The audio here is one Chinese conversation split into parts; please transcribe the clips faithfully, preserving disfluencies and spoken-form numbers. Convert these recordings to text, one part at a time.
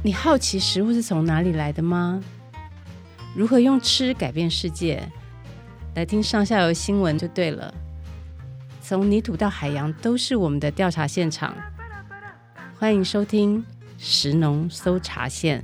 你好奇食物是从哪里来的吗？如何用吃改变世界？来听上下游新闻就对了。从泥土到海洋都是我们的调查现场，欢迎收听食农搜查线。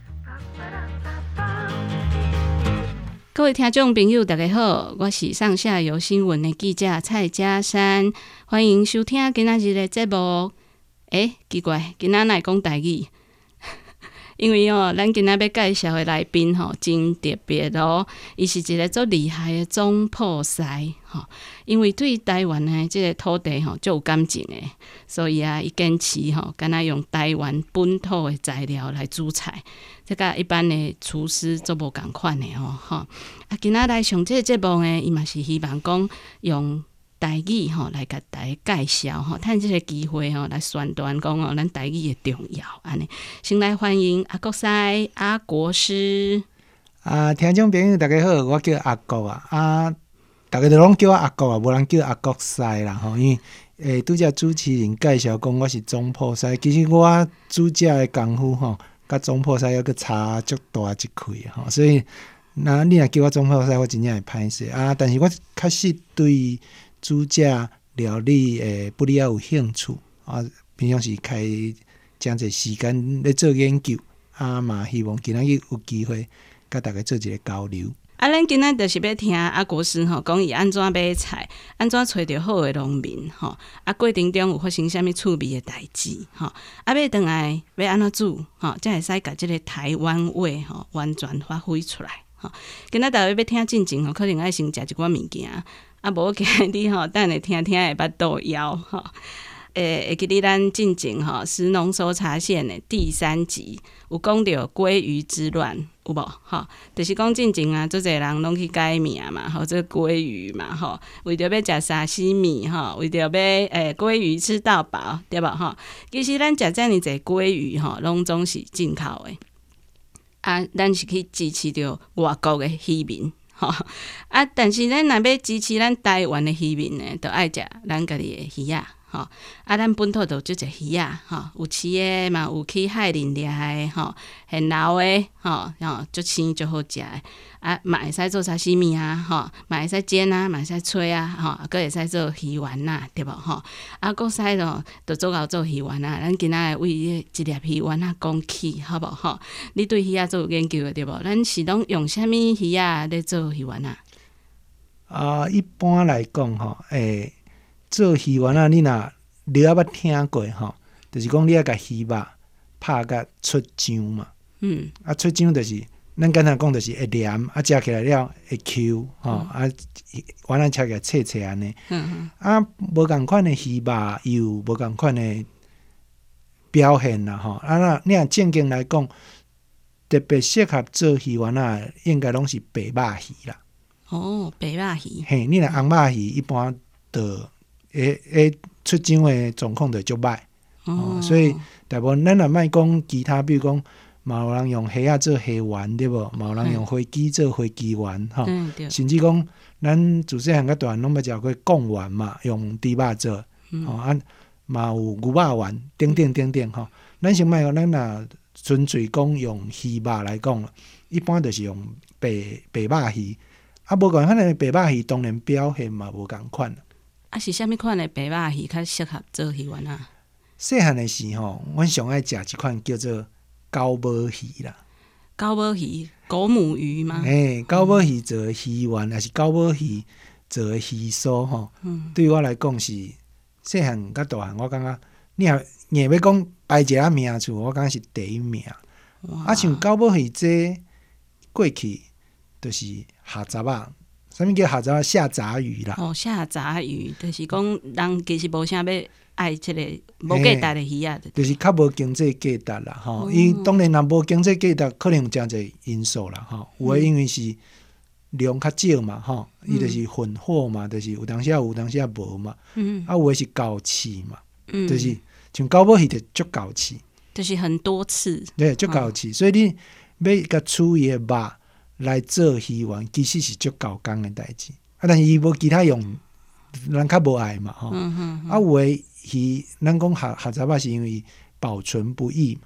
各位听众朋友大家好，我是上下游新闻的记者蔡嘉珊，欢迎收听今仔日的节目。诶，奇怪，今仔哪会讲台语？因为哦，咱今仔要介绍的来宾吼，真特别哦。伊是一个足厉害的总铺师吼，因为对台湾的这个土地吼，足有感情的，所以啊，伊坚持吼，敢若用台湾本土的材料来煮菜，这甲一般的厨师足无共款的吼吼。啊，今仔来上这个节目呢，伊嘛是希望讲用台语吼来甲大家介绍吼，趁这个机会吼来宣传讲哦，咱台语的重要安尼。先来欢迎阿国师阿国师。 啊，听众朋友大家好，我叫阿国啊，啊，大家都拢叫我阿国啊，无人叫阿国师啦吼。因为诶，拄则主持人介绍讲我是总铺师，其实我煮食的功夫吼，甲总铺师还佫差足大一块吼，所以那你若叫我总铺师，我真正会歹势啊。但是我确实对煮食料理诶不哩有兴趣啊，平常时开将这时间咧做研究啊，嘛希望今仔日有机会甲大家做一个交流。 啊，咱今仔就是要听阿国师吼讲伊安怎买菜，安怎找到好的农民吼，啊过程中有发生啥物趣味的代志吼，啊要转来要安怎煮吼，才会使甲即个台湾味吼完全发挥出来吼。今仔大家要听进前吼，可能爱先食一寡物件。啊，无今日吼，等下听听会巴肚枵吼。诶，会记得咱进前吼，食农搜查线的第三集有讲到鲑鱼之乱，有无？吼，就是讲进前啊，足侪人拢去改名嘛，吼，这鲑鱼嘛，吼，为着要食沙西米吼，为着要诶鲑鱼吃到饱，对无？吼，其实咱食遮尔济鲑鱼吼，拢总是进口的。啊，咱是去支持着外国的渔民。吼啊！但是咱若要支持咱台湾的渔民呢，就爱食咱家己的鱼仔吼。啊，咱本土就足侪鱼仔吼，有饲的嘛，有去海里掠的吼，现捞的吼，吼足鲜足好食的。啊，嘛会使做沙西米啊，吼，嘛会使煎啊，嘛会使吹啊，吼，佫会使做鱼丸啊，对无吼？啊，国师咯，就做熬做鱼丸啊。咱今仔为一粒鱼丸啊讲起，好无吼？你对鱼仔做有研究的对无？咱是拢用啥物鱼仔咧做鱼丸啊？ 啊，一般来讲吼，诶、欸，做鱼丸啊，你若你也捌听过吼，就是讲你要甲鱼肉拍甲出浆嘛。嗯。啊，出浆就是咱简单讲，就是会黏，啊，食起来了会 Q 吼、嗯，啊，丸仔吃起来脆脆安尼。嗯嗯。啊，无共款的鱼肉有无共款的表现啦吼。啊，那你若正经来讲，特别适合做鱼丸啊，应该拢是白肉鱼啦。 哦，白肉鱼。 嘿，你若红肉鱼一般就会会出浆的状况就足歹。哦。所以大部分咱若莫讲其他，比如讲。嘛有人用虾仔做虾丸，对无？嘛有人用飞机做飞机丸，吼、嗯。甚至讲，咱自细汉到大汉拢捌食过贡丸嘛，用猪肉做，嗯、吼啊，嘛有牛肉丸，等等等等，吼。咱先莫讲，咱若纯粹讲用鱼肉来讲，一般就是用白白肉鱼，啊，无共款的白肉鱼，当然表现嘛无共款。 啊，是啥物款的白肉鱼较适合做鱼丸啊？ 细汉的时候，阮上爱食一款叫做高母鱼啦， 高母鱼、狗母鱼吗？ 诶、欸，高母鱼做鱼丸，还是高母鱼做鱼酥吼？嗯，对我来讲是细汉甲大汉，我感觉你若硬要讲排一个名次，我感觉是第一名。啊，像高母鱼这过去就是下杂啊，啥物叫下杂？下杂鱼啦。 哦，下杂鱼就是讲人其实无啥要。爱即个无价值的鱼啊， 就是较无经济价值啦，吼。伊、哦、当然若无经济价值，可能有真侪因素啦，吼。有诶因为是量较少嘛，吼，伊就是混货嘛，就是有当时有，有当时无嘛。嗯。啊，有诶是高刺嘛，嗯、就是像高母鱼就足高刺， 就是很多次。 对，足高刺，哦、所以你要甲处伊诶肉来做鱼丸，其实是足高工诶代志。啊，但是伊无其他用，人较无爱嘛，吼。嗯嗯嗯啊，有诶。鱼，咱讲下下杂肉是因为保存不易嘛，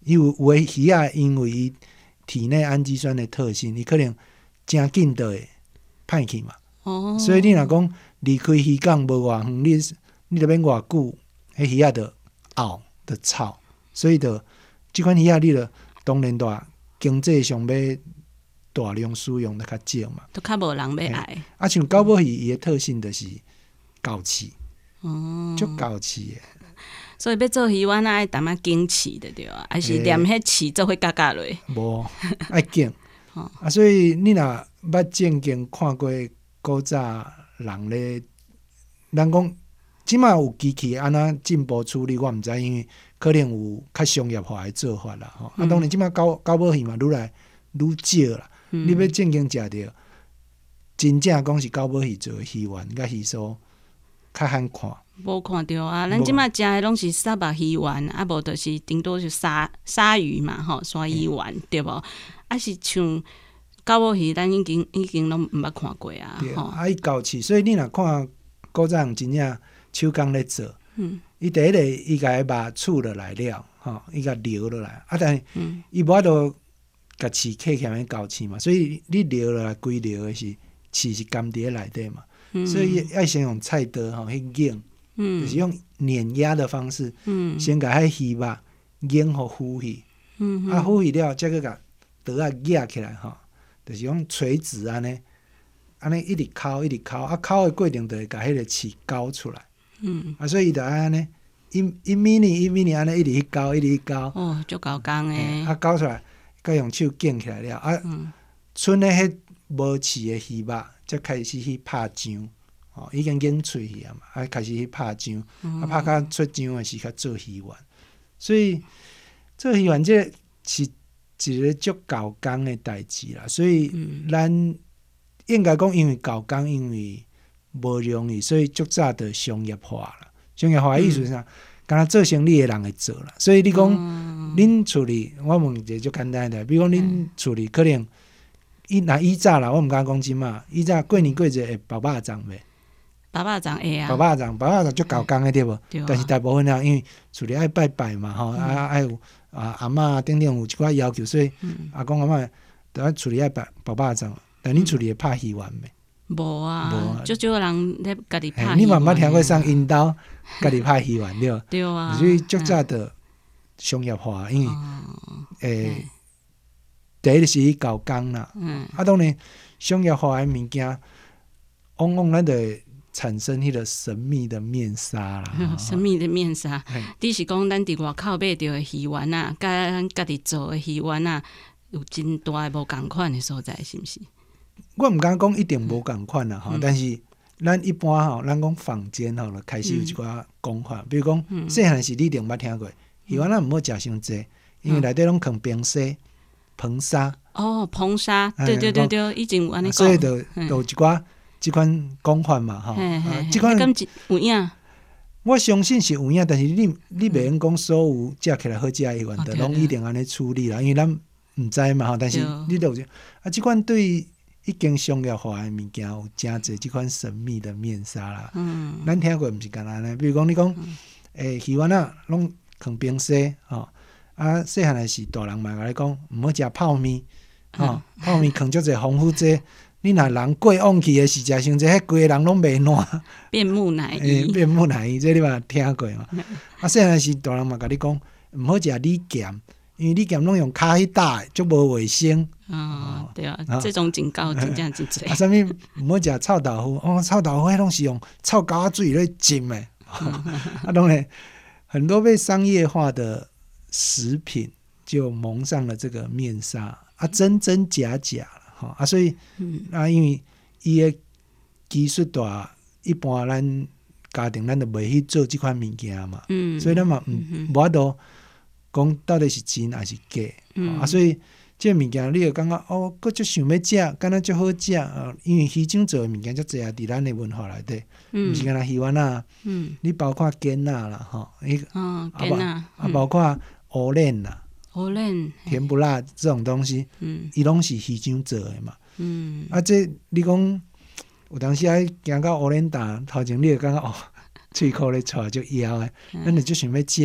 伊有有诶鱼仔，因为伊体内氨基酸的特性，伊可能真紧就会歹去嘛。 哦， 所以你若讲离开鱼港无偌远，你你著免偌久，迄鱼仔著漚著臭，所以著即款鱼仔你著当然大经济上要大量使用著较少嘛， 都较无人要爱。 啊，像高宝鱼伊的特性就是高饲， 哦， 足高饲的。 所以要做鱼丸啊，爱淡仔精饲的对啊，还是连迄饲做伙夹夹落？ 无爱紧啊，所以你若捌正经看过古早人咧，人讲即马有机器安怎进步处理，我毋知，因为可能有较商业化的做法啦。吼、嗯，啊，当然即马高高宝鱼嘛，愈来愈少啦。嗯、你要正经食着，真正讲是高宝鱼做的鱼丸，甲鱼酥较罕看。 无看到啊，咱即马食的拢是沙白鱼丸，啊无就是顶多就鲨鲨鱼嘛，吼，鲨鱼丸、嗯、对无？啊是像高宝鱼，咱已经已经拢毋捌看过啊。 对啊，啊伊高饲，所以你若看古早人真正手工咧做，嗯，伊第一个伊甲伊肉厝落来了，吼，伊甲留落来，啊，但是伊无法度甲饲刻起来高饲嘛，所以你留落来规留的是饲是甘伫咧内底嘛，嗯、所以要先用菜刀吼去拧。嗯，就是用碾压的方式，嗯，先甲迄鱼肉拧互糊去，嗯，啊糊去了，再去甲刀啊压起来吼，就是用锤子安尼，安尼一直敲一直敲，啊敲的过程就会甲迄个刺勾出来，嗯，啊所以伊就安尼一一米尼一米尼安尼一直去勾一直去勾， 哦，足高工诶， 啊勾出来，甲用手拣起来了，啊，嗯，剩的迄无刺的鱼肉，才开始去拍浆。哦，已经拧脆去啊嘛，啊开始去拍浆，嗯、啊拍到出浆的时较做鱼丸，所以做鱼丸这是一个足高工的代志啦。所以咱应该讲，因为高工，因为无容易，所以足早就商业化啦。商业化的意思是啥？敢若、嗯、做生意的人会做啦。所以你讲，恁、嗯、厝里，我问一个足简单的，比如讲恁厝里可能以若以早啦，我毋敢讲即嘛，以早过年过节会包肉粽袂？ 包肉粽会啊， 包肉粽，包肉粽足高工的对无？對啊、但是大部分人因为厝里爱拜拜嘛，吼、嗯，啊爱有啊阿嬷顶顶有一寡要求，所以、嗯、阿公阿嬷都爱厝里爱包包肉粽。但恁厝里会拍鱼丸袂？ 无啊，足少人咧家己拍魚丸。 你嘛毋捌聽過上因兜家己拍魚丸對？ 對啊， 所以足早就商業化，因為誒、嗯欸、第一是伊搞工啦，嗯、啊當然商業化誒物件，往往咱就會產生迄個神秘的面紗啦。 嗯、神秘的面紗，你是講咱佇外口買到誒魚丸啊，甲咱家己做誒魚丸啊，有真大誒無共款誒所在，是毋是？ 我毋敢講一定無共款啦，吼、嗯，但是咱一般吼，咱講坊間吼，就開始有一寡講法，嗯、比如講細漢時你一定捌聽過，魚丸咱毋好食傷濟，因為內底攏囥硼砂、硼砂。哦， 硼砂，對對對對，以前有安尼講。 所以就就有一寡即款講法嘛，吼，即款有影。 我相信是有影，但是你你袂用講所有食起來好食魚丸，就攏一定安尼處理啦，因為咱毋知嘛，吼，但是你都有啊，即款對。已經商業化的物件有真濟即款神秘的面紗啦。嗯，咱聽過毋是干安尼，比如講你講，誒魚丸啊，攏囥硼砂吼，啊細漢誒時大人嘛甲你講，毋好食泡麵，吼、哦，嗯、泡麵囥足濟防腐劑，你若人過往去誒時食傷濟，迄規個人攏袂爛。變木乃伊，變木乃伊，這你嘛聽過嘛？啊細漢誒時大人嘛甲你講，毋好食李鹹。因為你鹹攏用骹去打，足無衛生。 哦，對啊，啊這種警告真正真濟。 啊，啥物毋好食臭豆腐？哦，臭豆腐迄攏是用臭膠仔水咧浸誒。啊，當然很多被商業化的食品就蒙上了這個面紗，啊，真真假假啦，啊，所以、嗯、啊，因為伊誒技術大，一般咱家庭咱就袂去做即款物件嘛。嗯，所以咱嘛毋無法度。講到底是真還是假、嗯哦、啊？所以這物件你會感覺哦，佫足想要食，敢若足好食啊！因為魚種做的物件足濟啊，佇咱的文化內底，毋、嗯、是干那魚丸啊，嗯、你包括粿仔啦，吼、哦，伊、哦、啊包、嗯、啊包括烏蓮啦，烏蓮甜不辣這種東西，伊攏、嗯、是魚種做的嘛。嗯、啊，這你講有當時愛行到烏蓮達頭前，你會感覺哦，喙口咧出足枵誒，咱就足想要食。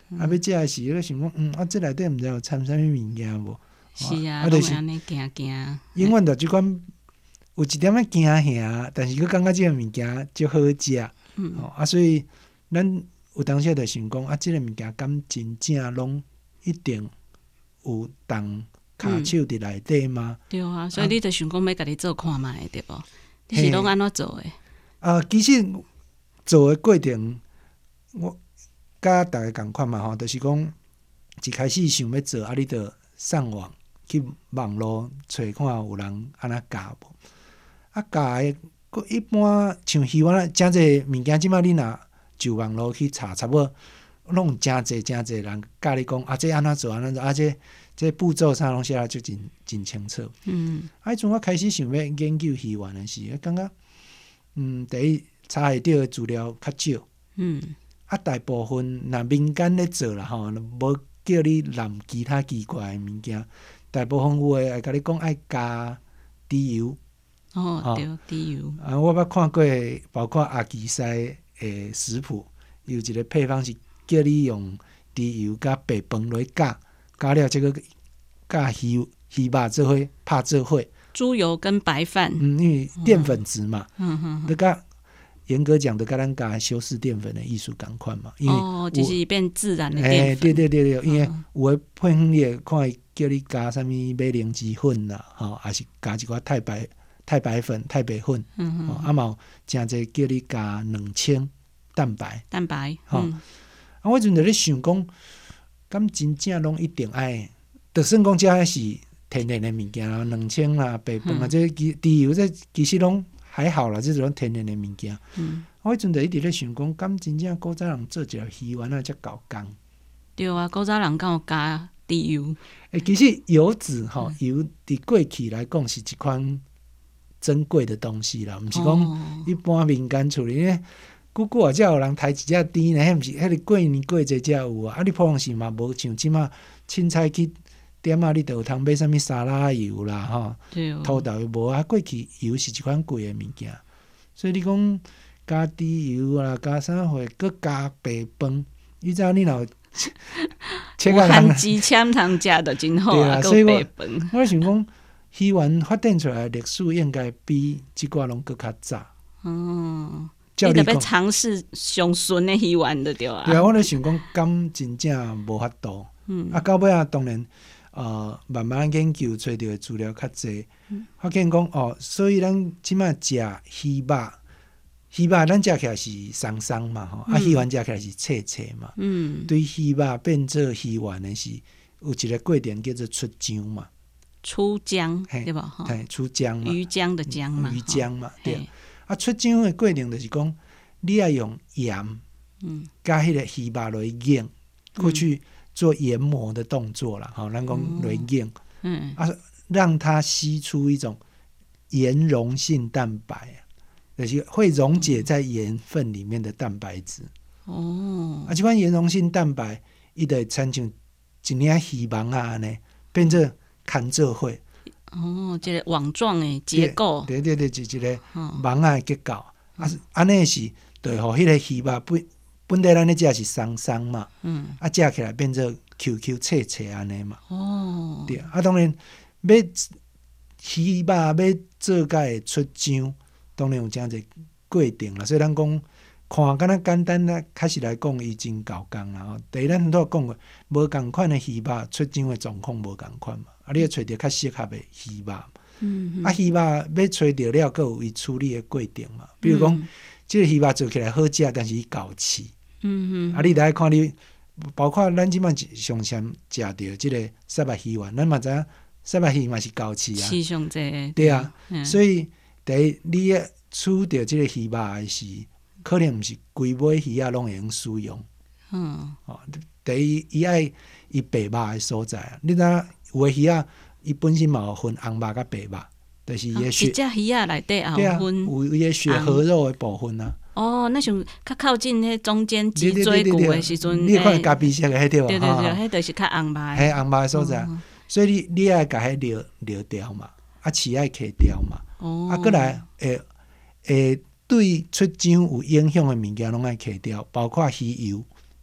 啊要食诶时，你想讲，嗯，啊，这内底毋知有掺啥物物件无？ 是啊， 啊，就是安尼惊惊， 永远着即款有一点仔惊吓，但是佫感觉即个物件足好食， 嗯， 哦啊，所以咱有当时着想讲，啊，即、這個物件敢真正拢一定有当骹手伫内底吗？ 对啊，所以你着想讲要家己做看觅对无？你是拢安怎做诶？ 啊，其实做诶过程，我甲逐个共款嘛吼，就是讲一开始想要做，啊，你着上网去网络找看有人安怎教无？啊，教诶，佫一般像鱼丸啊，诚济物件，即摆你若就网络去查，差不多拢有诚济诚济人教你讲啊，这安怎做安怎做，啊，这这步骤啥拢写啊，就真真清楚。 嗯， 啊，迄阵我开始想要研究鱼丸诶时，我感觉嗯，第一查会到诶资料较少， 嗯， 啊，大部分若民间咧做啦吼，无叫你揽其他奇怪诶物件，大部分有诶会甲你讲爱加猪油。 哦，对，猪油。 啊，我捌看过，包括阿基西诶食谱，有一个配方是叫你用猪油甲白饭来加，加了这个加鱼鱼肉做伙拍做伙。 猪油跟白饭， 嗯，因为淀粉质嘛， 嗯哼哼， 你甲严格讲的，甲咱加修饰淀粉的艺术共款嘛，因为哦，就是变自然的哎、 淀粉。 对对对对，因为嗯有诶配方你会看伊叫你加啥物马铃薯粉啦，吼，还是加一寡太白。太白粉、太白粉， 嗯哦，啊嘛有诚济叫你加两千蛋白， 蛋白， 吼、 嗯， 啊，我阵在咧想讲，敢真正拢一定爱，就算讲这是天然的物件啦，两千啦、白饭啊， 嗯这猪油这其实拢还好啦，这种天然的物件。 嗯， 我迄阵就一直咧想讲，敢真正古早人做一条鱼丸啊，才搞工。 对啊，古早人敢有加猪油， 诶、其实油脂吼，油伫过去来讲是一款珍贵的东西啦，毋是讲哦一般民间处理，因为久久啊才有人抬一只猪呢，迄毋是迄个过年过节才有啊。啊，你普通时嘛无像即马凊彩去点啊，你就有通买啥物沙拉油啦，吼， 对哦， 土豆油无啊。过去油是一款贵的物件，所以你讲加猪油啦，加啥货，搁加白饭，你知影你若切有个人含鸡签通食就真好啊， 对啊所以我够白饭。 我想讲，鱼丸发展出来的历史应该比即寡拢搁较早。 哦， 照你讲， 你特别尝试上顺的鱼丸的对啊。 对啊，我咧想讲，敢真正无法度。 嗯啊，到尾啊，当然，呃，慢慢研究找到的资料较济， 嗯发现讲哦，所以咱即摆食鱼肉，鱼肉咱食起来是松松嘛，吼、啊， 嗯鱼丸食起来是脆脆嘛。 嗯， 对鱼肉变做鱼丸的是有一个过程叫做出浆嘛， 出浆嘿对吧？哈， 嘿，出浆嘛， 鱼浆的浆嘛， 鱼浆嘛，对。 嘿啊，出浆的过程就是讲，你要用盐嗯加迄个鱼肉来腌，过去做研磨的动作啦，吼、咱讲来腌嗯啊，让它吸出一种盐溶性蛋白，就是会溶解在盐分里面的蛋白质。 哦， 啊，这款盐溶性蛋白，伊就会产生一领鱼网啊，安尼变做牵做伙。 哦，这个网状的结构， 对对对，就是一个哦网啊的结构。啊，安尼是对互迄个鱼肉本本来咱咧食是松松嘛， 嗯， 啊食起来变做 Q Q 脆脆安尼嘛。 哦， 对，啊当然要鱼肉要做甲会出浆，当然有诚济过程啦。所以咱讲看敢若简单啦，开始来讲伊真够工啦吼。第一，咱都有讲过，无共款的鱼肉出浆的状况无共款嘛。啊，你要找着较适合的鱼肉。 嗯啊，鱼肉要找着了，佫有伊处理的过程嘛。比如讲，即、个鱼肉做起来好食，但是伊搞气。 嗯嗯， 啊，你来看你，包括咱即摆上常食着即个沙白鱼丸，咱嘛知影沙白鱼嘛是搞气啊。 气上这， 对啊， 嗯所以第一，你要处着即个鱼肉的时，可能毋是规尾鱼啊拢会用使用。 嗯哦，第一，伊爱伊白肉的所在啊。你知影有的鱼啊，伊本身嘛有分红肉甲白肉，就是伊的血。 一只鱼仔内底也对啊， 有分。 有伊的血和肉的部分啊。 哦，那像较靠近迄中间脊对椎骨对对对的时阵， 你看咖啡色的迄条啊， 对对对， 吼迄就是较红白。 迄红肉的所在， 哦所以你你爱甲迄撩撩掉嘛，啊饲爱揢掉嘛， 哦， 啊，过来会会对出浆有影响的物件拢爱揢掉，包括鱼油，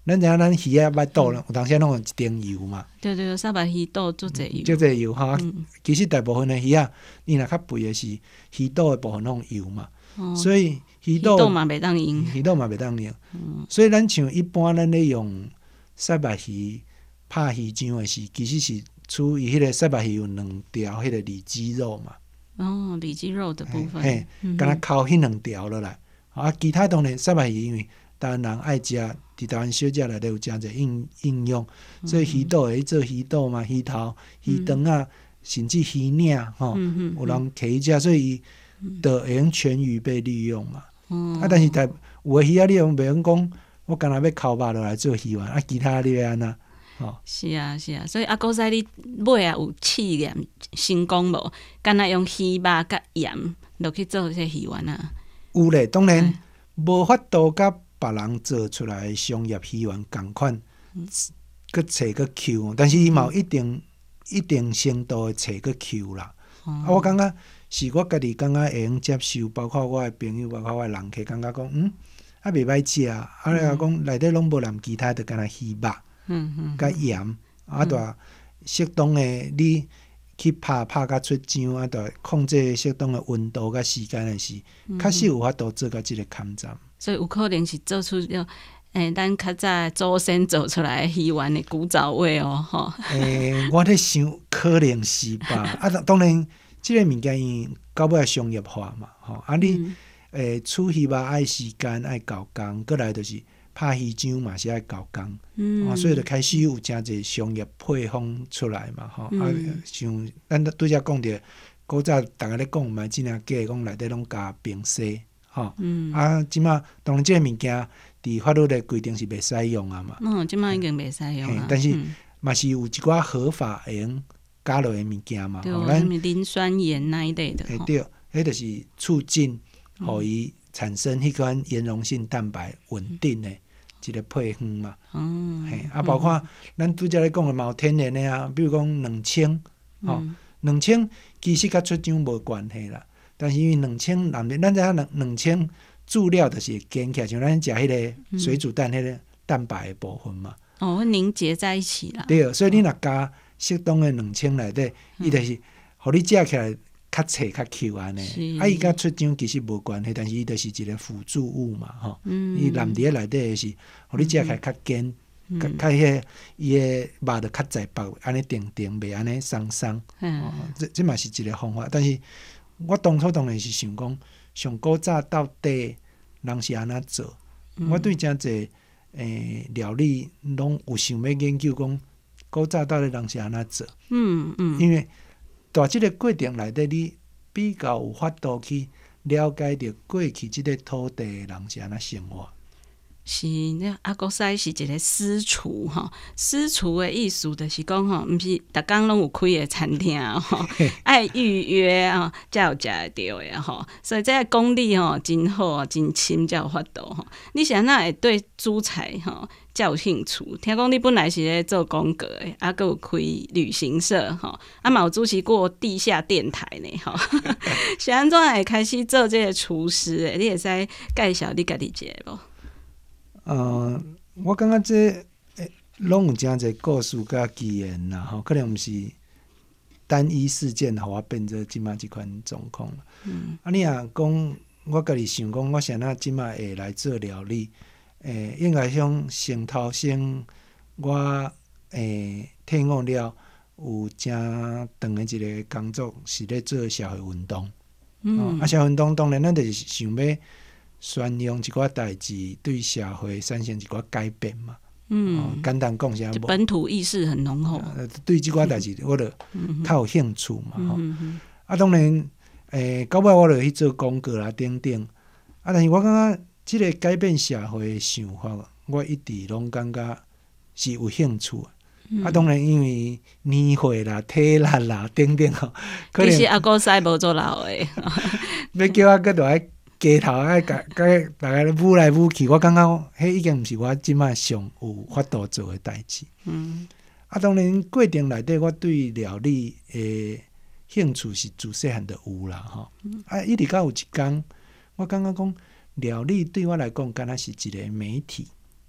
咱知影咱鱼仔捌倒了，有当时拢有一丁油嘛。 对对，三把鱼肚做侪油， 做侪油哈。 嗯、 其实大部分的鱼仔，伊若较肥的是鱼肚的部分拢油嘛，哦、所以鱼肚嘛袂当用， 鱼肚嘛袂当用。嗯、所以咱像一般咱咧用沙白鱼拍鱼浆的时，其实是处于迄个沙白鱼有两条迄个里脊肉嘛。 哦，里脊肉的部分， 嘿，敢若烤迄两条落来，啊，其他当然沙白鱼因为台湾人爱食，伫台湾小食内底有诚侪应应用，所以鱼肚会做鱼肚嘛，鱼头、鱼肠啊，甚至鱼领吼，嗯、有人可以食，所以就会用全鱼被利用嘛。嗯、啊，但是台有诶鱼仔你用袂用讲，我敢若要烤肉落来做鱼丸，啊，其他你要安怎？哦、 是啊是啊，所以阿古仔你尾啊有试验成功无？敢若用鱼肉甲盐落去做这鱼丸啊？ 有咧，当然无法度甲别人做出来商业鱼丸共款，佮找佮 Q， 但是伊嘛有一定、嗯、一定程度的找佮 Q 啦。哦、啊，我感觉是我家己感觉会用接受，包括我的朋友，包括我的人客，感觉讲嗯，啊袂歹食啊，啊来讲内底拢无含其他，就干那鱼肉。嗯嗯，甲盐，啊，著适当诶，你去拍拍甲出漿，啊，著控制适当诶温度甲时间诶时，确实有法度做到即个抗战。 所以有可能是做出了诶，咱较早祖先做出来诶鱼丸诶古早味哦，吼。诶， 我咧想可能是吧？啊，当然，即个物件伊到尾商业化嘛，吼。啊，你诶，处鱼肉爱时间爱搞工，过来就是拍鱼浆嘛是爱搞工，嗯、啊，所以就开始有诚侪商业配方出来嘛，吼、嗯。啊，像咱拄则讲着，古早逐个咧讲嘛，真正假讲内底拢加冰洗，吼、嗯。啊，即马当然即个物件伫法律的规定是袂使用啊嘛。 嗯，即马已经袂使用啊。 但是嘛、嗯、是有一寡合法会用加落的物件嘛。 对，什么磷酸盐那一类的。 诶，对，迄就是促进，互伊产生迄款盐溶性蛋白稳定的一个配方嘛。嗯。嘿，啊，包括咱拄则咧讲的嘛，有天然的啊，比如讲两清，吼、嗯，两清其實甲出漿无關係啦，但是因為兩清南邊，咱知影兩兩清注料就是建起來，像咱食迄個水煮蛋迄個蛋白的部分嘛。 哦，會凝結在一起啦。 對，所以你若加適當的兩清內底，伊、嗯、就是互你食起來較脆較 Q 安尼。啊，伊甲出漿其實無關係，但是伊就是一個輔助物嘛，吼。嗯。伊淋佇內底是互你食起來較堅。較較迄伊個肉就較在白，安尼定定，袂安尼鬆鬆。嗯，哦、這這嘛是一個方法。但是我當初當然是想講，上古早到底人是安怎做？嗯、我對誠濟誒料理攏有想要研究講，古早到底人是安怎做？嗯嗯。因為在這個過程內底，你比較有法度去了解到過去這個土地的人是安怎生活。 是，那阿古西是一個私廚吼，私廚的意思就是講吼，毋是逐工攏有開嘅餐廳吼，愛預約啊，才有食會到嘅吼。所以這個功力吼真好，真深才有法度吼。你是安怎會對煮菜吼才有興趣？聽講你本來是咧做廣告嘅，啊，閣有開旅行社吼，啊嘛有主持過地下電台呢吼。是安怎會開始做這個廚師誒？你會使介紹你家己一個無？ 呃，我感覺這攏有誠濟故事甲機緣啦，吼，可能毋是單一事件，互我變做即馬即款狀況。嗯，啊，你若講我家己想講，我想那即馬會來做料理，誒、欸，應該像先頭先我誒退伍了，有誠長的一個工作是咧做社會運動。嗯，哦、啊，社會運動當然咱就是想要宣揚一寡代誌，對社會產生一寡改變嘛。嗯，哦、簡單講啥， 本土意識很濃厚。 呃、對即寡代誌，我就較有興趣嘛。吼、嗯嗯，啊，當然，誒、欸，到尾我就去做廣告啦，等等。啊，但是我感覺即個改變社會的想法，我一直攏感覺是有興趣的。嗯、啊，當然因為年歲啦、體力啦等等吼， 其實阿哥師無做老誒， 要叫我閣來。街頭愛甲甲大家舞來舞去，我感覺迄已經毋是我即擺上有法度做誒代誌。嗯，啊，當然過程內底，我對料理誒興趣是自細漢就有啦，吼、嗯。啊，一直到有一天，我感覺講料理對我來講，敢若是一個媒體。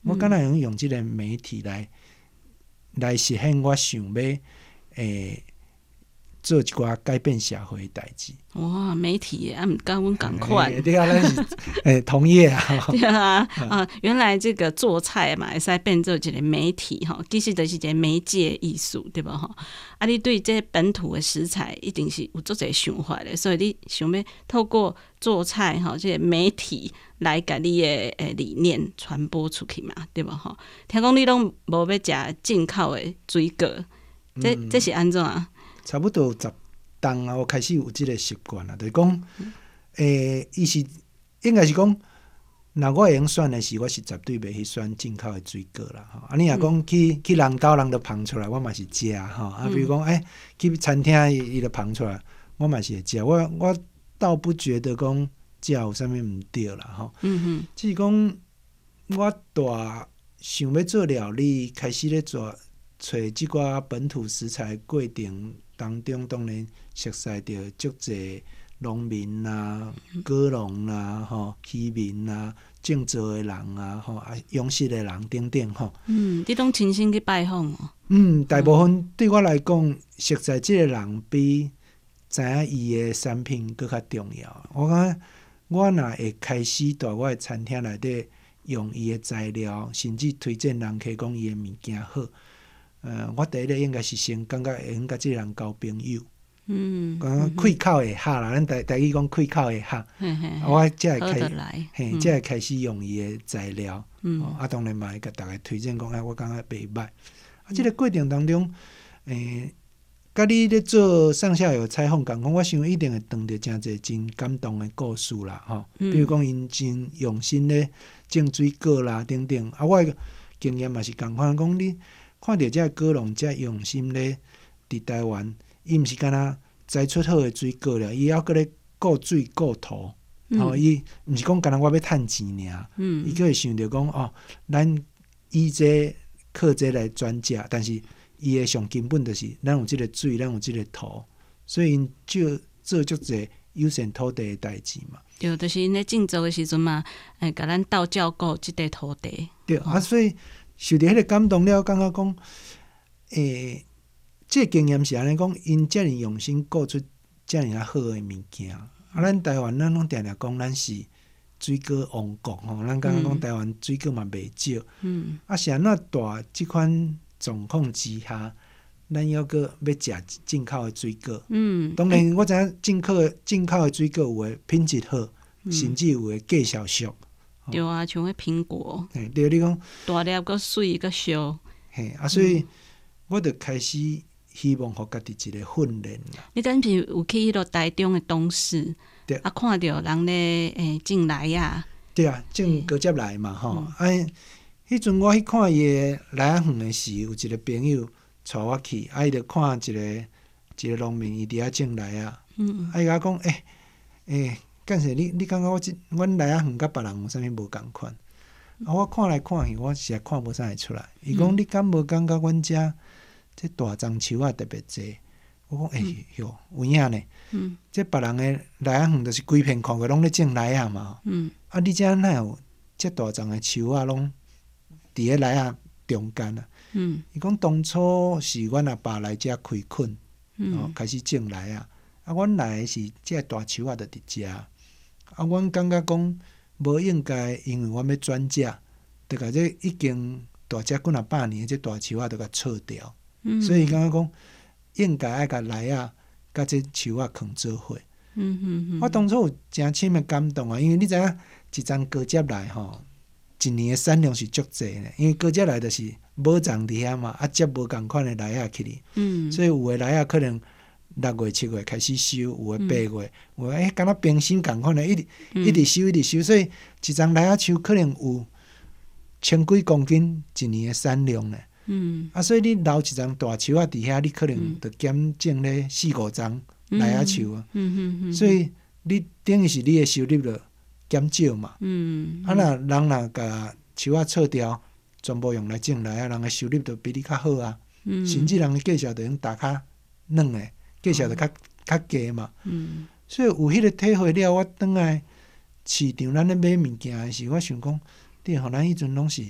我敢若用用即个媒体来来实现我想要诶。做一寡改变社会的代志。 哇，媒体啊，毋甲阮共款。 对啊，咱是诶同业啊。 对啊，啊，原来这个做菜嘛，会使变做一个媒体吼，其实就是一个媒介艺术，对无吼？啊，你对这本土的食材一定是有足侪想法的，所以你想要透过做菜吼，这个媒体来甲你的诶理念传播出去嘛，对无吼？听讲你拢无要食进口的水果，这、嗯、这是安怎啊？ 差不多有十档啊，我开始有即个习惯啊，就是讲，诶，伊是应该是讲，若我会用选的是，我是绝对袂去选进口的水果啦。吼，啊，你若讲去去人家人就捧出来，我嘛是食吼。啊，比如讲，诶、欸，去餐厅伊就捧出来，我嘛是会食。我我倒不觉得讲食有啥物毋对啦，吼。嗯哼。只是讲我大想要做料理，开始咧做找即寡本土食材过程。当中当然熟悉到足侪农民啦、果农啦、吼渔民啦、种植的人啊、吼啊养殖的人等等吼。嗯， 你拢亲身去拜访哦。 嗯，大部分对我来讲，熟悉即个人比知影伊的产品更较重要。我感我若会开始在我的餐厅内底用伊的材料，甚至推荐人客讲伊的物件好。呃，我第一个应该是先感觉会用甲即个人交朋友，嗯，讲开口会合啦，咱台台语讲开口会合，我才会开，嘿，才会开始用伊的材料，嗯，啊，当然嘛会甲大家推荐讲，哎，我感觉袂歹。啊，即个过程当中，诶，甲你咧做上下游采访共款，我想一定会碰到真侪真感动的故事啦，吼，比如讲因真用心咧种水果啦，等等，啊，我经验嘛是共款，讲你。看到这果农这用心咧，伫台湾，伊毋是干那栽出好的水果了，伊还阁咧顾水顾土，吼、嗯，伊毋是讲干那我要趁钱尔，嗯，伊阁会想着讲哦，咱以这靠这来转嫁，但是伊的上根本就是咱有即个水，咱有即个土，所以因就做足侪优先土地的代志嘛。 对，就是因咧种植的时阵嘛，诶，甲咱斗照顾即块土地。 对、哦、啊，所以。受到迄个感动了，感觉讲，诶，即、這個經驗是安尼講，因遮爾用心顧出遮爾啊好誒物件。啊，咱台灣咱攏定定講，咱是水果王國吼，咱感覺講台灣水果嘛袂少。嗯。啊，是安怎大即款狀況之下，咱猶閣要食進口誒水果。嗯。當然，我知影進口誒進口誒水果有誒品質好，嗯、甚至有誒計銷俗。 對啊，像迄蘋果， 嘿，對你講大粒個水個燒， 嘿啊，所以、嗯、我就開始希望互家己一個訓練啦。 你敢是有去迄個台中的東勢，對啊，看到人咧誒種梨啊， 對啊，種高接梨嘛吼，哎、嗯，迄陣、啊、我去看伊個梨仔園的時，有一個朋友帶我去，啊，伊就看一個一個農民伊佇遐種梨啊，嗯，啊，伊甲我講，誒、欸、誒。欸干是你，你感覺我即阮梨仔園甲別人有啥物無共款？啊，我看來看去，我實在看無啥會出來。伊講、嗯、你敢無感覺阮遮即大樟樹仔特別濟？我講誒、欸、喲，有影呢。嗯，即別人誒梨仔園著是規片礦個攏咧種梨仔嘛。嗯，啊，你遮哪有即大樟誒樹仔攏佇咧梨仔中間啊？嗯，伊講當初是阮阿爸來遮開墾，嗯、哦，開始種梨仔。啊，阮來誒是即大樹仔著佇遮。啊，阮感覺講無應該，因為阮要轉嫁，就甲這已經大隻幾若百年，這大樹仔就甲錯掉。嗯、所以感覺講應該愛甲梨仔甲這樹仔囥做伙。嗯嗯嗯、我當初有真深的感動啊，因為你知影一張高接梨吼，一年的產量是足濟的，因為高接梨就是無種佇遐嘛，啊接無共款的梨仔去哩。嗯、所以有的梨仔可能。六月七月開始收，有誒八月，有誒敢若冰心共款誒，一直、嗯、一直收一直收，所以一張梨仔樹可能有千幾公斤一年誒產量咧。嗯，啊，所以你留一張大樹仔佇遐，你可能着減種咧四五張梨仔樹啊。嗯嗯嗯、所以你等於是你誒收入着減少嘛。嗯，啊，若人若甲樹仔錯掉，全部用來種梨仔，人誒收入着比你較好啊。嗯、甚至人誒計數着用大較軟誒。計數就較較低嘛，嗯、所以有迄個體會了。我轉來市場，咱咧買物件誒時，我想講，對，互咱迄陣攏是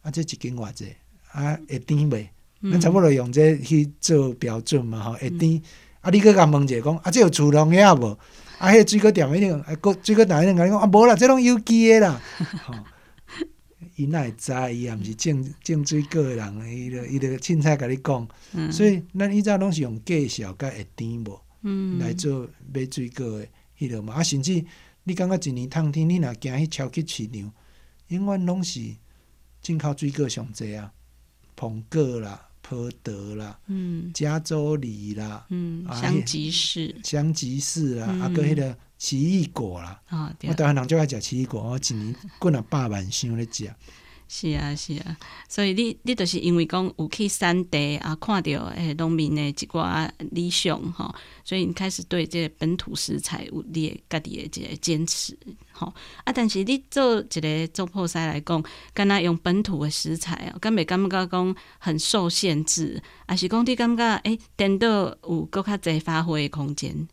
啊，这一斤偌济啊，会甜袂？咱差不多用这去做标准嘛，吼，会甜。啊，你搁甲问者讲，啊，这有除农药无？啊，迄个水果店一定，啊，个水果店一定甲你讲，啊，无啦，这拢有机的啦。吼，伊哪会知？伊也毋是种种水果的人，伊就伊就凊彩甲你讲。嗯、所以咱以前拢是用介绍甲会甜无，嗯、来做买水果的迄落嘛。啊，甚至你感觉一年通天，你若行去超级市场，永远拢是进口水果上济啊，苹果啦。波德啦，嗯，加州梨啦， 嗯，香吉士， 香吉士啦，啊，搁迄个奇异果啦，哦、我台湾人最爱食奇异果，我一年几啊百万箱咧食。 是啊，是啊，所以你你就是因为讲有去产地啊，看到诶农民的一寡理想吼，所以你开始对这个本土食材有你的家己的一个坚持吼。啊，但是你做一个做泡菜来讲，敢若用本土的食材哦，敢袂感觉讲很受限制，还是讲你感觉诶，颠倒有搁较侪发挥的空间？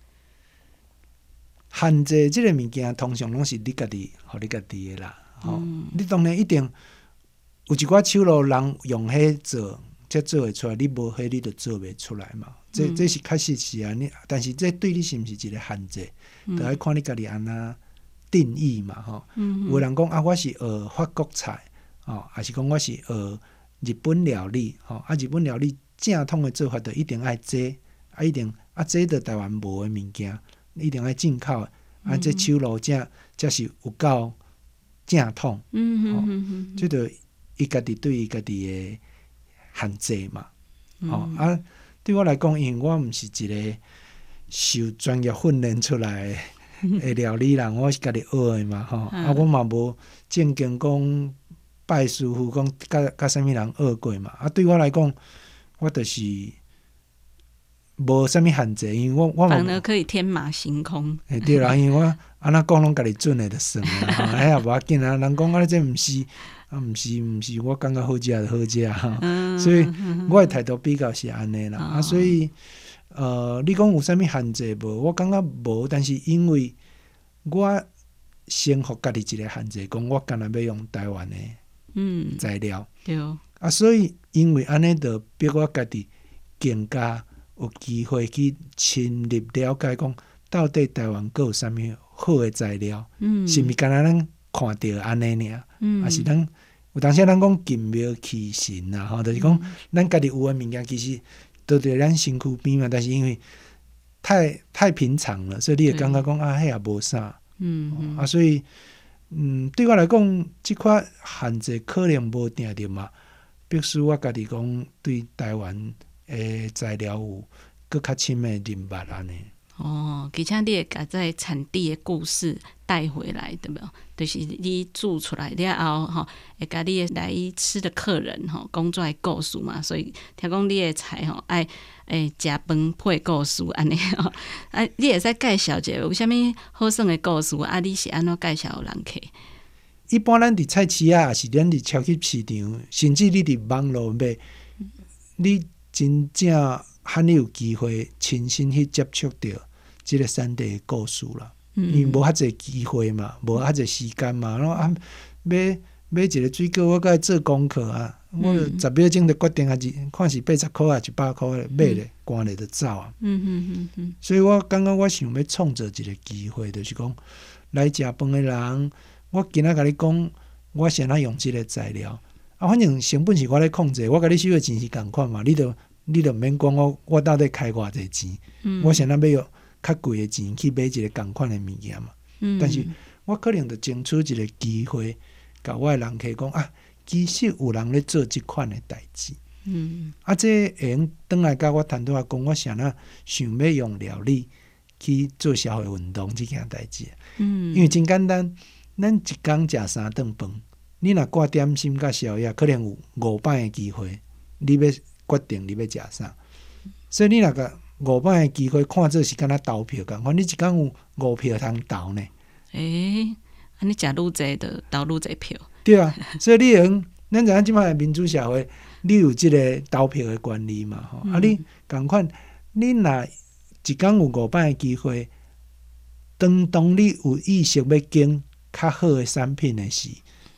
限制即个物件，通常拢是你家己，互你家己的啦。吼、哦嗯，你当然一定有一寡手路人用迄做，才做会出来。你无迄，你就做袂出来嘛。这、嗯、这是确实是安尼，但是这对你是毋是一个限制？嗯、就要看你家己安那定义嘛。吼、嗯，有人讲啊，我是学法国菜，哦，还是讲我是学日本料理，吼、哦，啊，日本料理正统的做法就一定爱这，啊，一定啊，这就台湾无的物件，一定爱进口的。啊，这手路才才是有够。正统，嗯嗯嗯嗯，即个伊家己对伊家己的限制嘛，嗯、哦啊，对我来讲，因为我毋是一个受专业训练出来的料理人，我是家己学的嘛，吼、哦，啊，我嘛无正经讲拜师傅讲甲甲啥物人学过嘛，啊，对我来讲，我就是无啥物限制，因为我我反而可以天马行空， 诶，对啦，因为我。安那讲拢家己准诶，就算啦，吼，迄也无要紧啊。人讲啊，这毋是啊，毋是毋是，我感觉好食就好食哈。嗯、所以我诶态度比较是安尼啦。哦、啊，所以呃，你讲有啥物限制无？我感觉无，但是因为我先互家己一个限制，讲我干若要用台湾诶嗯材料，对啊，所以因为安尼，就逼我家己更加有机会去深入了解，讲到底台湾阁有啥物好诶材料，嗯、是毋是干若咱看到安尼尔，嗯、还是咱有当时咱讲近庙欺神啊，吼，就是讲、嗯、咱家己有诶物件，其實都伫咱身軀邊嘛，但是因為太太平常了，所以你會感覺講啊，迄也無啥，嗯嗯啊，所以嗯，對我來講，即塊限制可能無定着嘛，必須我家己講對台灣誒材料有更較深誒認捌安尼。 哦，而且你會把在產地的故事帶回來，對不？就是你煮出來了後，吼，會甲你來吃的客人吼講出來故事嘛。所以聽講你的菜吼愛誒食飯配故事安尼吼，啊，你會使介紹者有啥物好耍的故事啊？你是安怎介紹人客？ 一般咱佇菜市啊，還是咱佇超級市場，甚至你佇網絡買，嗯、你真正罕有機會親身去接觸到即個產地的故事啦，嗯、因為無遐濟機會嘛，無遐濟時間嘛，然後啊買買一個水果，我甲伊做功課啊，嗯、我十秒鐘就決定啊，是看是八十箍啊，一百箍買咧，趕咧就走啊。嗯嗯嗯嗯。所以我感覺我想要創造一個機會，就是講來食飯的人，我今仔甲你講，我先來用即個材料啊，反正成本是我咧控制，我甲你收的錢是共款嘛，你著你著毋免講我我到底開偌濟錢，嗯、我先來要用較貴的錢去買一個共款的物件嘛，嗯、但是我可能就爭取一個機會，甲我的人客講啊，其實有人咧做即款的代誌，嗯、啊，這會用轉來甲我談到講，我想啊想要用料理去做社會運動即件代誌，嗯、因為真簡單，咱一工食三頓飯，你若掛點心甲宵夜，可能有五擺的機會，你要決定你要食啥，所以你若個五擺嘅機會看做是敢若投票共款，你一工有五票通投呢？ 誒、欸，安尼食愈濟就投愈濟票。 對啊，所以你用咱知影即擺民主社會，你有即個投票嘅權利嘛？吼、嗯，啊你共款，你若一工有五擺嘅機會，當當你有意識要經較好嘅產品嘅時，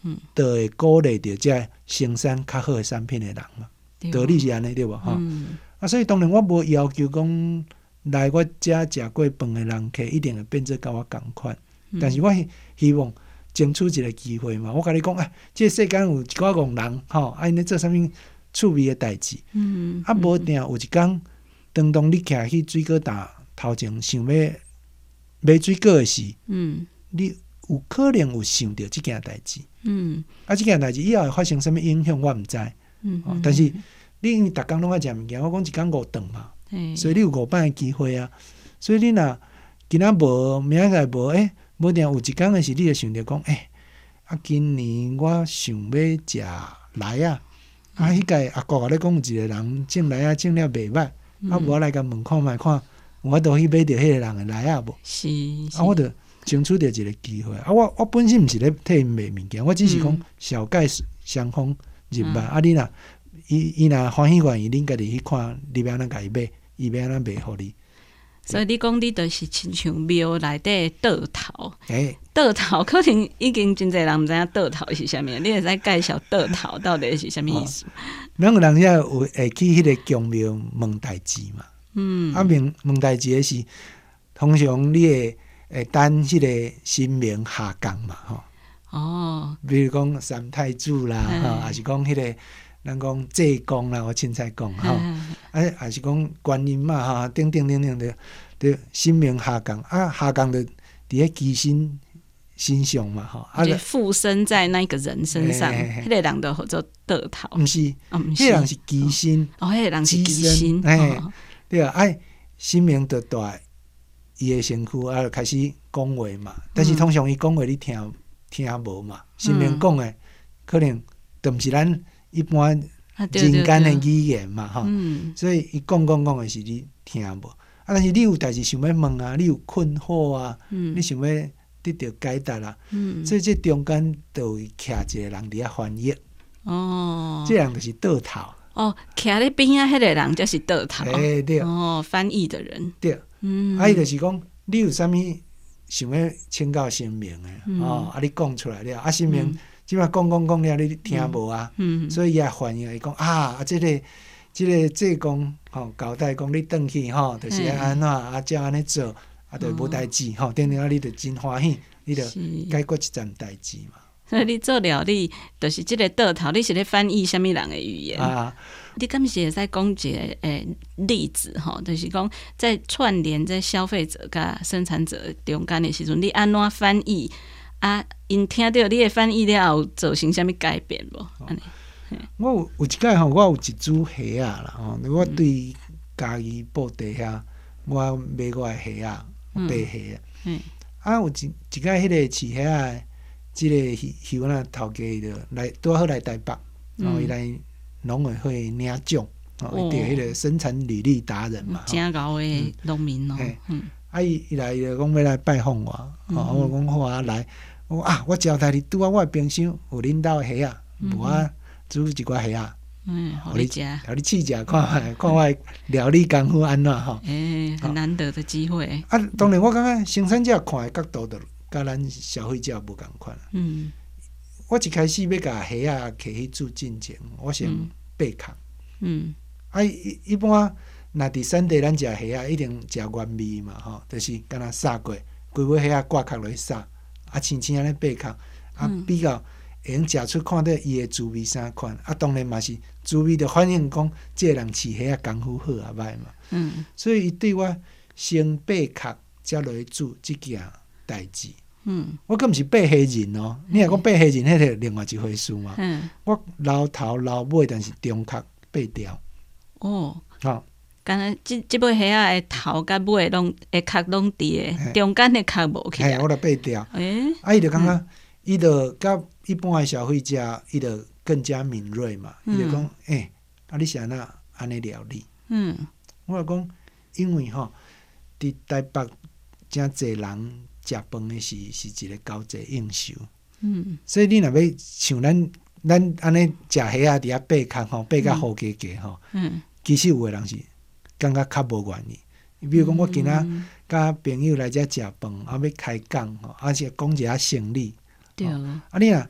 嗯， 就会鼓励着遮生产较好的产品的人嘛。道理是安尼对无吼？ 嗯、 啊，所以当然我无要求讲来我遮食过饭的人客一定会变做甲我共款，嗯、但是我希望争取一个机会嘛。我甲你讲啊，即、這個世间有一寡戆人吼，啊，因咧做啥物趣味的代志， 嗯， 啊，无定有一工，当当你徛去水果搭头前想要买水果的时，嗯，你有可能有想到即件代志，嗯，啊，即件代志以後會發生啥物影響我毋知，嗯、哦，但是你因為逐工攏愛食物件，我講一工五頓嘛，所以你有五擺的機會啊，所以你若今仔無明仔載無，誒，無定有一工的時，你就想着講，誒，啊，今年我想要食來啊，啊，迄個阿國咧講有一個人種來啊，種了袂歹，啊，無我來甲問看覓看，我倒去買着迄個人的來啊無， 是， 啊，我着爭取着一個機會，啊，我我本身毋是咧替因賣物件，我只是講小介雙方入來，啊，你若伊伊若歡喜願意，恁家己去看，你要安怎甲伊買，伊要安怎賣互你。 所以你講你著是親像廟內底倒頭， 誒， 倒頭可能已經真濟人毋知影倒頭是啥物，你會使介紹倒頭到底是啥物意思？ 兩個人遐有會去迄個宮廟問代志嘛？嗯，啊問問代志誒是通常你會會等迄個神明下降嘛？吼，哦，比如講三太子啦，吼，還是講迄個。咱講濟公啦，我凊彩講吼，啊，還是講觀音嘛，哈，等等等等的，對，神明下降啊，下降的佇迄乩身身上嘛，吼，啊， 附身在那個人身上，迄個人就叫做倒頭， 毋是，迄個人是乩身， 哦，迄個人是乩身， 哎，對啊，哎，神明就帶伊的身軀啊，開始講話嘛，但是通常伊講話你聽聽無嘛，神明講的可能都毋是咱。一般人間的語言嘛，吼、啊嗯，所以伊講講講的是你聽無，啊，但是你有代志想要問啊，你有困惑啊，嗯、你想要得到解答啊，嗯、所以這中間就會徛一個人佇遐翻譯，哦，這人就是倒頭， 哦，徛咧邊啊，迄個人就是倒頭， 誒、欸、對， 哦，翻譯的人， 對，嗯，啊，伊就是講你有啥物想要請教神明的，嗯、哦，啊，你講出來了，啊，神明。嗯即擺講講講了，你聽無啊？嗯嗯、所以伊也反映伊講啊，啊，即、這個即、這個濟公吼交代講你轉去吼，就是安怎啊，照安尼做，啊，就無代誌吼。等下你就真歡喜，你就解決一陣代誌嘛。 所以你做料理，就是即個倒頭，你是咧翻譯啥物人的語言啊？你敢是會使講一個誒例子吼，就是講在串聯在消費者甲生產者中間的時陣，你安怎翻譯？啊！因聽到你的翻譯了後，造成啥物改變無？安尼、哦， 我有有一擺吼，我有一組蝦啊啦吼，我對家己布袋遐，我買我的蝦啊，白蝦啊，嗯、啊有一一擺迄個飼蝦啊，即個魚仔頭家就來拄好來台北，然後伊來農委會領獎，哦，伊係迄個生產履歷達人嘛， 真高誒農民哦， 嗯，啊伊伊來就講要來拜訪我，哦，我講好啊來。我啊！我招待你拄啊！我冰箱有恁兜的蝦啊，無啊煮一寡蝦啊， 嗯，互你食， 互你試食看看，看我料理功夫安怎吼？ 誒，很難得的機會。 啊，當然我感覺生產者看的角度就甲咱消費者無共款。嗯，我一開始要甲蝦啊摕去煮進前，我先八殼。嗯，啊一一般若佇產地咱食蝦啊，一定食原味嘛吼，就是敢若殺過，規尾蝦啊掛殼落去殺。啊，青青安尼八殼，啊比較會用食出看到伊的滋味啥款，啊當然嘛是滋味就反映講，這個人飼蝦啊功夫好啊歹嘛。嗯，所以伊對我先八殼才落去煮即件代志。嗯，我佫毋是八蝦仁哦，你若講八蝦仁，迄個另外一回事嘛。嗯，我留頭留尾，但是中殼八條。哦，好。 敢若即即尾蝦仔的頭甲尾攏會殼攏佇誒，中間的殼無起來。 我著八條。誒、欸，啊，伊著感覺，伊著甲一般的消費者，伊著更加敏銳嘛。伊著講，誒、欸，啊，你是安怎安尼料理？嗯，我著講，因為吼，佇台北真濟人食飯的是是一個交際應酬。嗯，所以你若要像咱咱安尼食蝦仔佇遐八殼吼，八甲好加加吼。嗯，其實有個人是。感覺較無願意，比如講我今仔甲朋友來遮食飯，啊要開講吼，而且講一下生理，對啊，啊你若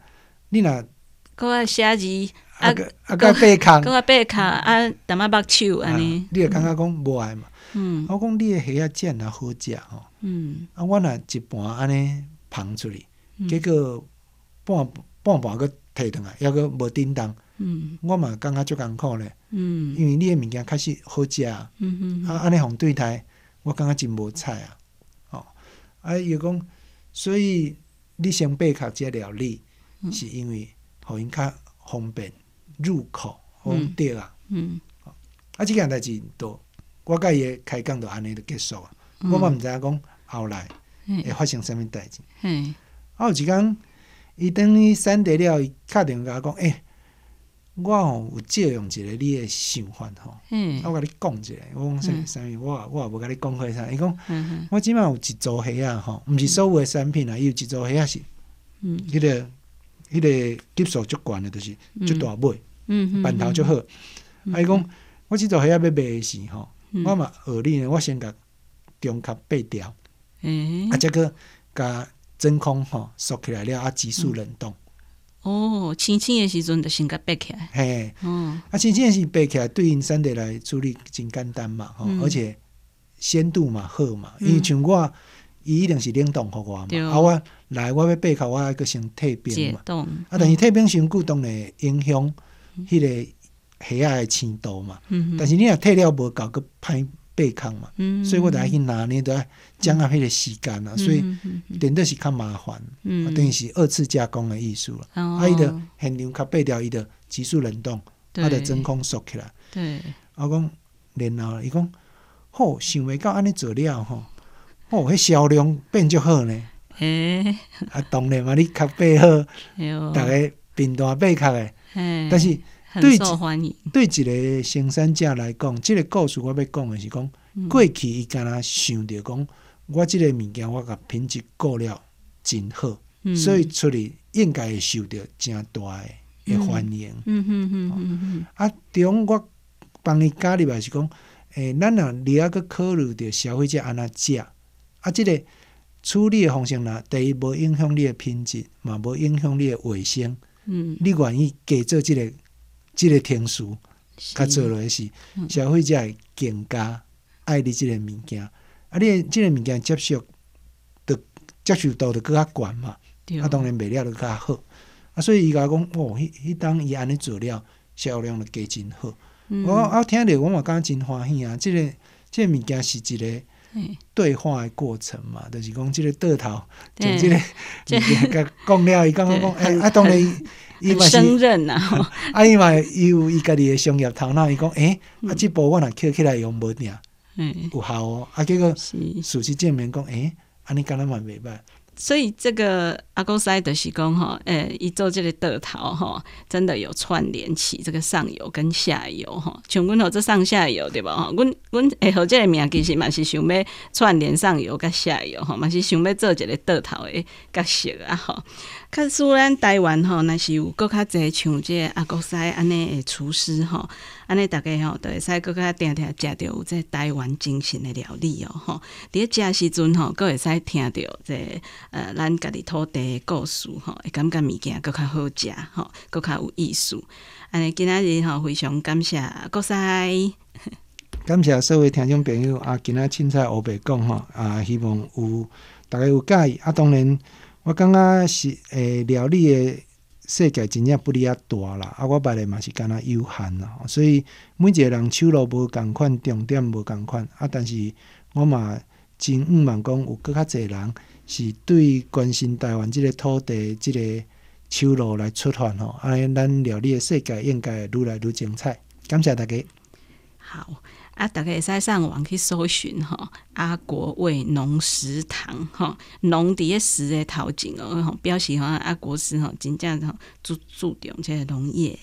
你若搁啊写字， 啊啊甲背空， 搁啊背壳啊，淡仔目手安尼， 你就感觉讲无爱嘛。 嗯， 我讲你的虾仔煎啊好食吼， 嗯， 啊我若一盘安尼捧出去，结果半半盘佫摕转来，抑佫无叮当， 嗯， 我嘛感觉足艰苦咧， 嗯， 因为你的物件确实好食， 嗯嗯， 啊安尼互对待，我感觉真无彩啊，吼，啊伊讲，所以你先背壳这料理，嗯、是因为互因较方便入口，好对啊，嗯，啊即件代志都。我甲伊诶开讲就安尼就结束啊！嗯、我嘛毋知影讲后来会发生啥物代志。啊，有一工，伊等于散地了，伊敲电话甲我讲：“诶、欸，我吼有借用一个你诶想法吼，啊，我甲你讲一下。”我讲啥啥物？我我也无甲你讲过啥。伊讲：“我即满有一组虾仔吼，毋是所有诶产品啊，伊有一组虾仔是，迄、嗯那個迄、那個級數足懸诶，就是足大尾，板頭足好。啊，伊講我即組蝦仔要賣時吼。”我嘛學你呢，我先甲中殼拔掉，欸、啊，再個甲真空吼縮起來了，啊，急速冷凍。 嗯、哦，青青的時陣就先甲拔起來。 嘿，哦、啊，青青的時拔起來，對因產地來處理真簡單嘛，吼、嗯，而且鮮度嘛好嘛，嗯、因為像我，伊一定是冷凍互我嘛，啊，我來我要拔開，我愛個先退冰嘛，凍啊，但是退冰傷久，當然會影響迄、那個。蝦仔的鮮度嘛，嗯、但是你若退了無夠，佮歹背空嘛，嗯、所以我著愛去拿捏，著愛掌握迄個時間啊，嗯、所以點都是較麻煩，嗯、等於是二次加工的藝術啦。哦、啊，伊著現場較拔掉，伊著急速冷凍，啊，著真空縮起來。對，我講，然後伊講，好，想袂到安尼做了吼，哦，迄銷量變足好呢。欸、啊，當然嘛，你較拔好，大家平淡拔殼的，欸、但是。對對一個生產者來講，即、這個故事我要講的是講，嗯、過去伊敢若想着講，我即個物件我甲品質顧了真好，嗯、所以出去應該會受到真大的歡迎。嗯嗯嗯嗯嗯。啊，中我幫伊加入來是講，誒、欸，咱若你還閣考慮着消費者安怎食，啊，即、這個處理的方式呢，第一無影響你的品質，嘛無影響你的衛生。嗯。你願意加做即、這個？即個天數，較做落是消費者會更加愛你即個物件，啊，你即個物件接受，的接受度就更加懸嘛，對啊，當然賣了就更加好，啊，所以伊甲講，哦，迄迄當伊安尼做了，銷量就加真好，嗯、我我聽着我嘛感覺真歡喜啊，即、這個即、這個物件是一個對話的過程嘛，嗯、就是講即個倒頭，從即個物件甲講了，伊感覺講，哎，啊，當然。 很勝任啊！ 啊，伊嘛伊有伊家己的商業頭腦，伊講，誒、欸，嗯、啊，即部我若撿起來用無定，嗯、有效哦。啊，結果事實證明講，誒、欸，安尼敢若嘛袂歹。 所以這個阿哥師就是講吼，誒，伊做這個倒頭吼，真的有串聯起這個上游跟下游吼。像阮吼這上下游對吧？吼，阮阮會號這個名其實嘛是想要串聯上游跟下游吼，嘛是想要做一個倒頭的角色啊吼。假使咱台灣吼，若是有閣較濟像這個阿哥師安尼的廚師吼，安尼大家吼都會使閣較定定食到有這台灣精神的料理哦吼。佇咧食時陣吼，閣會使聽到這個。呃，咱家己土地的故事吼，會感覺物件閣較好食吼，閣較有意思。安尼今仔日吼，非常感謝國師， 感謝所有聽眾朋友啊！今仔凊彩黑白講吼啊，希望有大家有介意啊。當然，我感覺是誒料理的世界真正不哩啊大啦，啊，我捌的嘛是敢若有限啦，所以每一個人手路無共款，重點無共款啊。但是我嘛真毋茫講有閣較濟人。是對關心台灣這個土地、這個手路來出發吼，安尼咱料理的世界應該愈來愈精彩。感謝大家。 好啊，大家會使上網去搜尋吼，阿國味農食堂吼，農佇個食的頭前哦，表示吼阿國師吼真正吼注注重這個農業。啊，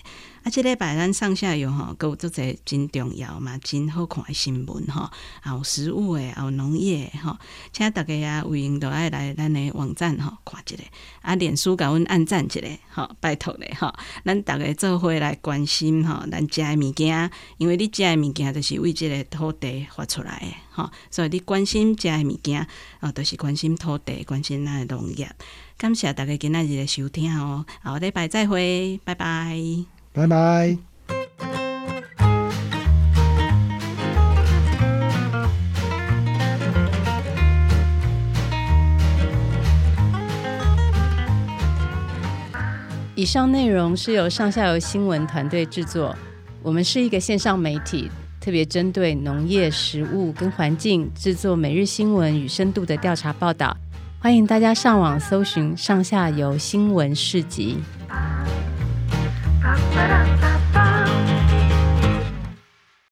啊，即礼拜咱上下游吼，佮有足侪真重要嘛，真好看的新闻吼，也有食物的，也有农业吼，请大家啊，有闲就爱来咱的网站吼看一下，啊，脸书甲阮按赞一下，吼，拜托咧吼，咱大家做伙来关心吼，咱食的物件，因为你食的物件就是为即个土地发出来的吼，所以你关心食的物件，哦，就是关心土地，关心咱的农业。感谢大家今仔日的收听哦，后礼拜再会，拜拜， 拜拜。 以上内容是由上下游新闻团队制作，我们是一个线上媒体，特别针对农业、食物跟环境制作每日新闻与深度的调查报道。欢迎大家上网搜寻上下游新闻市集。